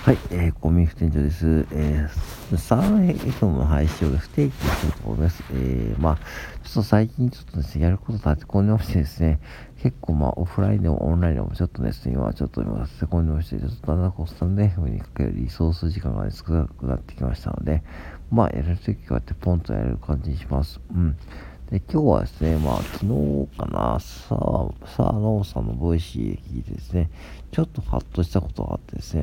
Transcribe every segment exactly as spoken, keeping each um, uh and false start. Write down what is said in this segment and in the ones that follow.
はい、えー、コミュニティ店長です。えー、サード エフエム の配信を不定期にしようと思います。えー、まあ、ちょっと最近ちょっとですね、やること立て込んでましてですね、結構まあ、オフラインでもオンラインでもちょっとですね、今ちょっと今立て込んでまして、ちょっとだんだんこう、スタンド エフエム にかけるリソース時間が、ね、少なくなってきましたので、まあ、やれるときはってポンとやれる感じにします。うん。で、今日はですね、まあ、昨日かな、さあ、さあ、ノーさんのボイシー聞いてですね、ちょっとハッとしたことがあってですね、うん。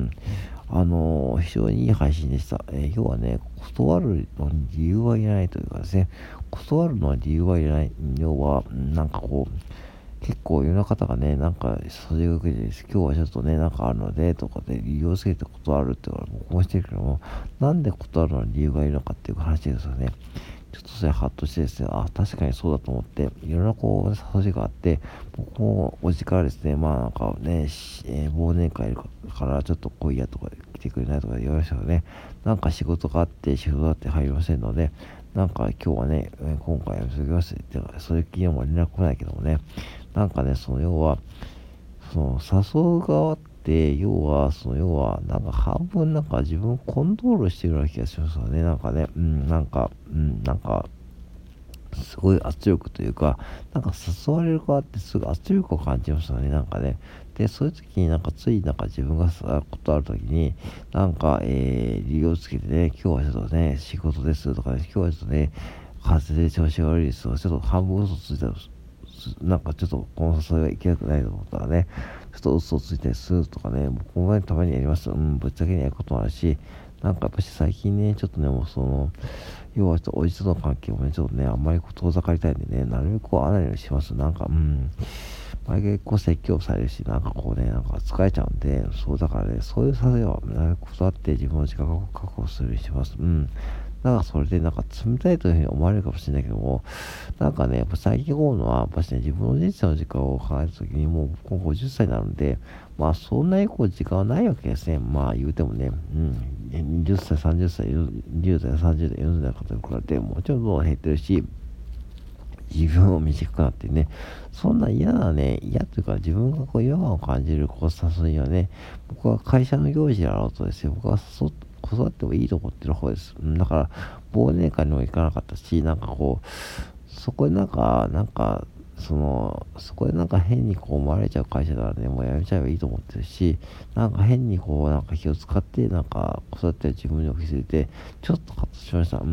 あのー非常にいい配信でした。えー要はね、断るのに理由はいらないというかですね、断るのに理由はいらない。要は、うんなんかこう、結構いろんな方がね、なんか、それがけです。今日はちょっとね、なんかあるので、とかで理由をつけて断るっていうのは僕もしてるけども、なんで断るのに理由がいるのかっていう話ですよね。ちょっとそれハッとしてですね、あ、確かにそうだと思って、いろんなこう、誘いがあって、僕もおじからですね、まあなんかね、しえー忘年会からちょっと来いやとか来てくれないとか言われましたけどね、なんか仕事があって、仕事だって入りませんので、なんか今日はね、えー今回は急ぎますって言って、そういう気にも連絡来ないけどもね、なんかね、その要は、その誘う側って、要は、その要は、なんか半分なんか自分をコントロールしてるような気がしますよね。なんかね、うん、なんか、うん、なんか、すごい圧力というか、なんか誘われる側ってすぐ圧力を感じますよね、なんかね。で、そういう時になんかついなんか自分がさ、ことある時に、なんか、えー、理由をつけてね、今日はちょっとね、仕事ですとかね、今日はちょっとね、風邪で調子が悪いですとか、ちょっと半分嘘ついたら、なんかちょっとこの誘いはいけなくないと思ったらね、ちょっと嘘をついたりするとかね、もうこの前たまにやります。うん、ぶっちゃけにやることもあるし、なんかやっぱし最近ね、ちょっとね、もうその、要はちょっとおじとの関係をね、ちょっとね、あんまりこう遠ざかりたいんでね、なるべくこう会わないようにします。なんか、うん、毎回こう説教されるし、なんかこうね、なんか疲れちゃうんで、そうだからね、そういう誘いはなるべく断って自分の時間を確保するようにします。うん。なんかそれでなんか冷たいというふうに思われるかもしれないけども、なんかね、やっぱ最近思うのは、やっぱしね、自分の人生の時間を考えたときに、もう僕ごじゅっさいになるんで、まあそんなにこう時間はないわけですね。まあ言うてもね、うん、にじゅっさい、さんじゅっさい、にじゅう代、さんじゅう代、よんじゅう代の方に比べて、もちろんどんどん減ってるし、自分も短くなってね、そんな嫌なね、嫌というか自分がこう違和感を感じるこう誘いはね、僕は会社の行事であろうとですよ、僕は誘っ子育てもいいと思ってる方です。うんだから、忘年会にも行かなかったし、なんかこう、そこでなんか、なんか、その、そこでなんか変にこう思われちゃう会社ならね、もうやめちゃえばいいと思ってるし、なんか変にこう、なんか気を使って、なんか子育てを自分に置きついて、ちょっとカッとしました。うん。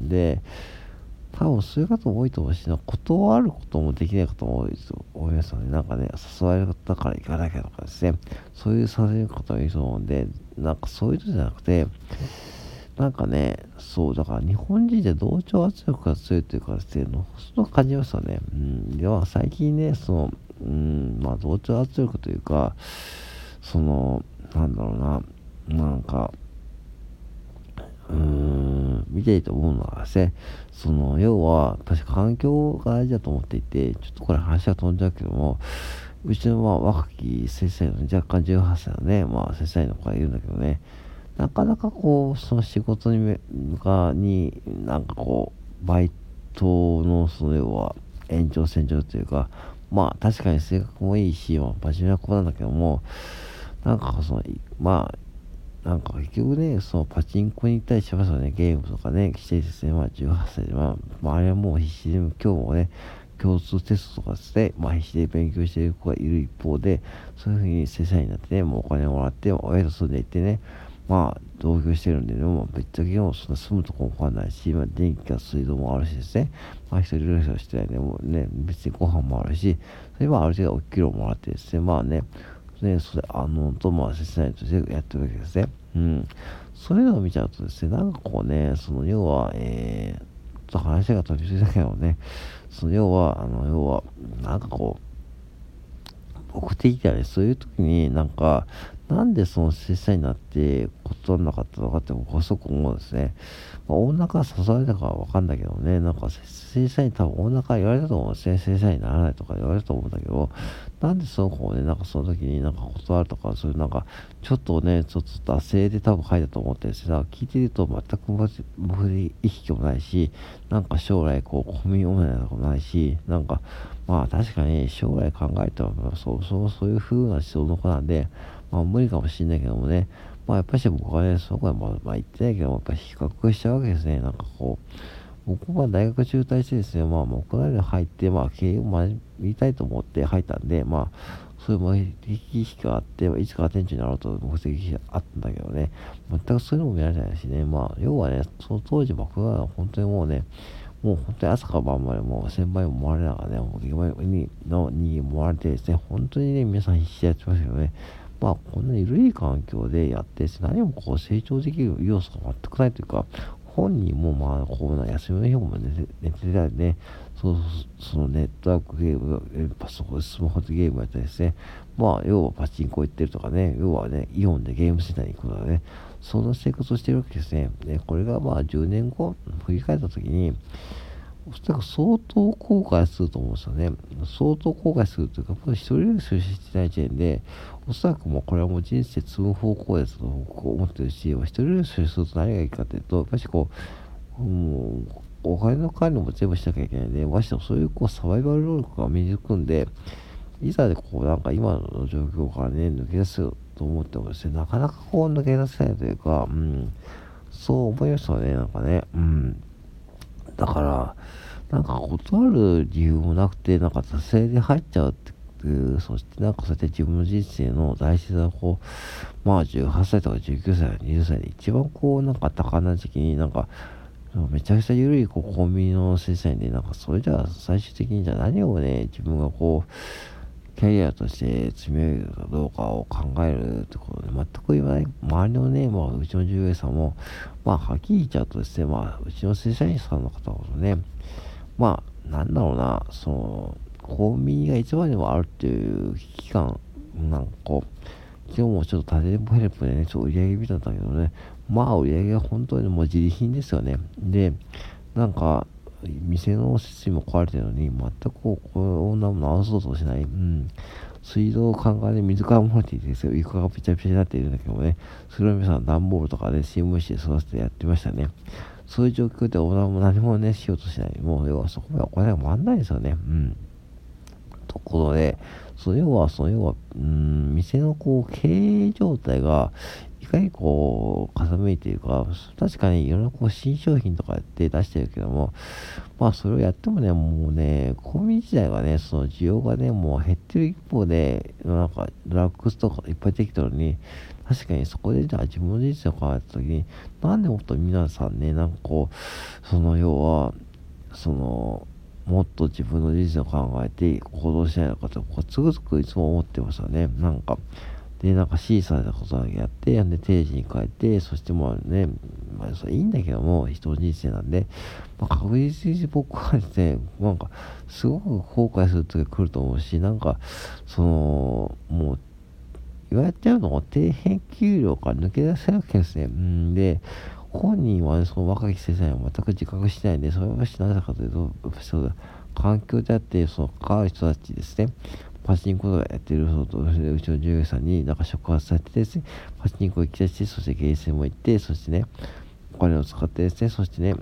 で、多分そういう方も多いと思うしな、断ることもできない方も多いと思いますので、なんかね、誘われたから行かなきゃとかですね、そういうさせる方もいると思うんで、なんかそういうのじゃなくて、なんかね、そう、だから日本人で同調圧力が強いというかですね、のそう感じますよね。うん。では最近ね、その、うん、まあ同調圧力というか、その、なんだろうな、なんか、うーん、見ていて思うのはですね、その、要は、私環境が大事だと思っていて、ちょっとこれ話が飛んじゃうけども、うちのまあ若き正社員の若干じゅうはっさいのね、まあ正社員の子がいるんだけどね、なかなかこう、その仕事にめ、が、に、なんかこう、バイトのその要は延長線上というか、まあ確かに性格もいいし、まあ真面目な子なんだけども、なんかその、いまあなんか結局ね、そのパチンコに行ったりしますよね。ゲームとかね、してですね、まあじゅうはっさいで、まあ、まああれはもう必死で、今日もね、共通テストとかして、まあ必死で勉強している子がいる一方で、そういうふうに正社員になってね、もうお金をもらって、親と住んでいってね、まあ同居してるんでね、もうぶっちゃけもうそんな住むとこも変わんないし、まあ電気や水道もあるしですね、まあ一人暮らしをしてないんで、もうね、別にご飯もあるし、それはある程度お給料もらってですね、まあね、ね、それ、あの、と、まあ、切ないとしてやってるわけですね。うん。そういうのを見ちゃうとですね、なんかこうね、その、要は、えー、ちょっと話が飛びついたけどね、その、要は、あの、要は、なんかこう、僕的にはね、そういう時になんか、なんでその正社員になって断らなかったのかって僕はすごく思うんですね。まあ、大中誘われたかはわかんないけどね、なんか正社員多分大中言われたと思うんですね。正社員にならないとか言われたと思うんだけど、なんでその子をね、なんかその時になんか断るとか、そういうなんか、ちょっとね、ちょっと惰性で多分書いたと思ってですね、なんか聞いてると全く僕で意識もないし、なんか将来こう、コミュニないとこもないし、なんか、まあ確かに将来考えたら、そうそうそういう風な思想の子なんで、まあ無理かもしれないけどもね、 まあやっぱし僕はね、そこはまあ、まあ言ってないけど、やっぱ比較しちゃうわけですね。なんかこう、僕は大学中退してですね、まあ、もうこの間入って、まあ、経営を学びたいと思って入ったんで、まあ、そういう目的意識があって、いつかは店長になろうと目的意識があったんだけどね、全くそういうのも見られないしね、まあ、要はね、その当時僕は本当にもうね、もう本当に朝から晩までもう先輩も回れながらね、もう現場にのに回られてですね、本当にね、皆さん必死でやってましたけどね、まあ、こんな緩い環境でやって何もこう成長できる要素が全くないというか、本人もまあ、こうな休みの日も寝て、寝てたりね、そうそのネットワークゲーム、えパソコン、スマホでゲームやったりですね、まあ、要はパチンコ行ってるとかね、要はね、イオンでゲームセンターに行くとかね、そんな生活をしてるわけですね。で、これがまあじゅうねんご、振り返ったときに、おそらく相当後悔すると思うんですよね。相当後悔するというか、一人暮らしをしてない時点で、おそらくもうこれはもう人生積む方向ですと僕は思ってるし、一人暮らしをすると何がいいかというと、やっぱりこう、もう、お金の管理も全部しなきゃいけないんで、ましてもそういうこうサバイバル能力が身につくんで、いざでこうなんか今の状況からね、抜け出すと思ってもですね、なかなかこう抜け出せないというか、うん、そう思いましたね、なんかね、うん。だから、なんか断る理由もなくて、なんか惰性で入っちゃうっていう、そしてなんかそうやって自分の人生の大事なこう、まあじゅうはっさいとかじゅうきゅうさいとかにじゅっさいで一番こうなんか多感な時期になんか、めちゃくちゃ緩いこうコンビニの接待で、なんかそれじゃあ最終的にじゃあ何をね、自分がこう、キャリアとして積み上げるかどうかを考えるってことで、全く言わない、周りのね、まあ、うちの従業員さんも、まあ、はっきり言っちゃうとですね、まあ、うちの正社員さんの方ほどね、まあ、なんだろうな、その、コンビニが一番でもあるっていう危機感、なんかこう、今日もちょっとタレントヘルプでね、ちょっと売り上げ見たんだけどね、まあ、売り上げが本当にもう自利品ですよね。で、なんか、店の設備も壊れてるのに、全くこう、こんなもの直そうとしない。うん。水道管がね、水から漏れていてですよ。床がぺちゃぺちゃになっているんだけどもね、それを皆さん段ボールとかで、ね、新聞紙で育ててやってましたね。そういう状況でオーナーも何もね、しようとしない。もう、要はそこまでお金が回んないですよね。うん。ところで、その要は、その要は、うん、店のこう、経営状態が、いかにこう、傾いているか、確かにいろんなこう、新商品とかやって出してるけども、まあ、それをやってもね、もうね、コンビニ自体がね、その需要がね、もう減ってる一方で、なんか、ドラッグストアがいっぱいできたのに、確かにそこでじゃあ自分の人生を考えたときに、なんでもっと皆さんね、なんかこう、その要は、その、もっと自分の人生を考えて行動しないのかと、こうつくづくいつも思ってましたね。なんか、で、なんか指示されたことだけやって、で、定時に帰って、そしてまあね、まあ、それいいんだけども、人の人生なんで、まあ、確実に僕はですね、なんか、すごく後悔する時が来ると思うし、なんか、その、もう、言われちゃうのが底辺給料から抜け出せるわけですね。うんで、本人はね、その若き世代は全く自覚してないんで、それはなぜかというと、やっぱそうだ、環境であって、その関わる人たちですね、パチンコとかやってる、そうと、うちの従業員さんになんか触発されてですね、パチンコ行き出して、そしてゲーセンも行って、そしてね、お金を使ってですね、そしてね、うん、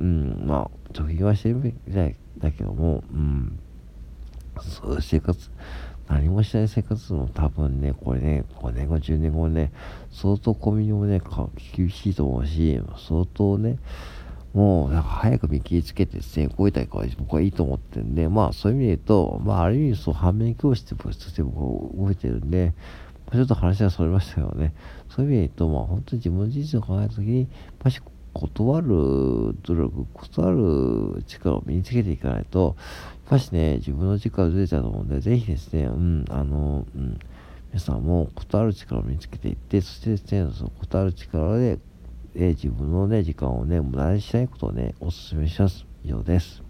まあ、貯金はしてるみたいだけども、うん、そういう生活、何もしない生活も多分ね、これね、ごねんご、じゅうねんごね、相当コンビニもね、か厳しいと思うし、相当ね、もうなんか早く見切りつけてですね、動いたりかは僕はいいと思ってるんで、まあそういう意味で言うと、まあある意味そう反面教師として僕は動いてるんで、まあちょっと話はそれましたけどね、そういう意味で言うと、まあ本当に自分の人生を考えたときに、やっぱし断る努力、断る力を身につけていかないと、やっぱしね、自分の力がずれちゃうと思うんで、ぜひですね、うん、あの、うん、皆さんも断る力を身につけていって、そしてですね、その断る力で、えー自分のね、時間をね、無駄にしないことをね、お勧めします。以上です。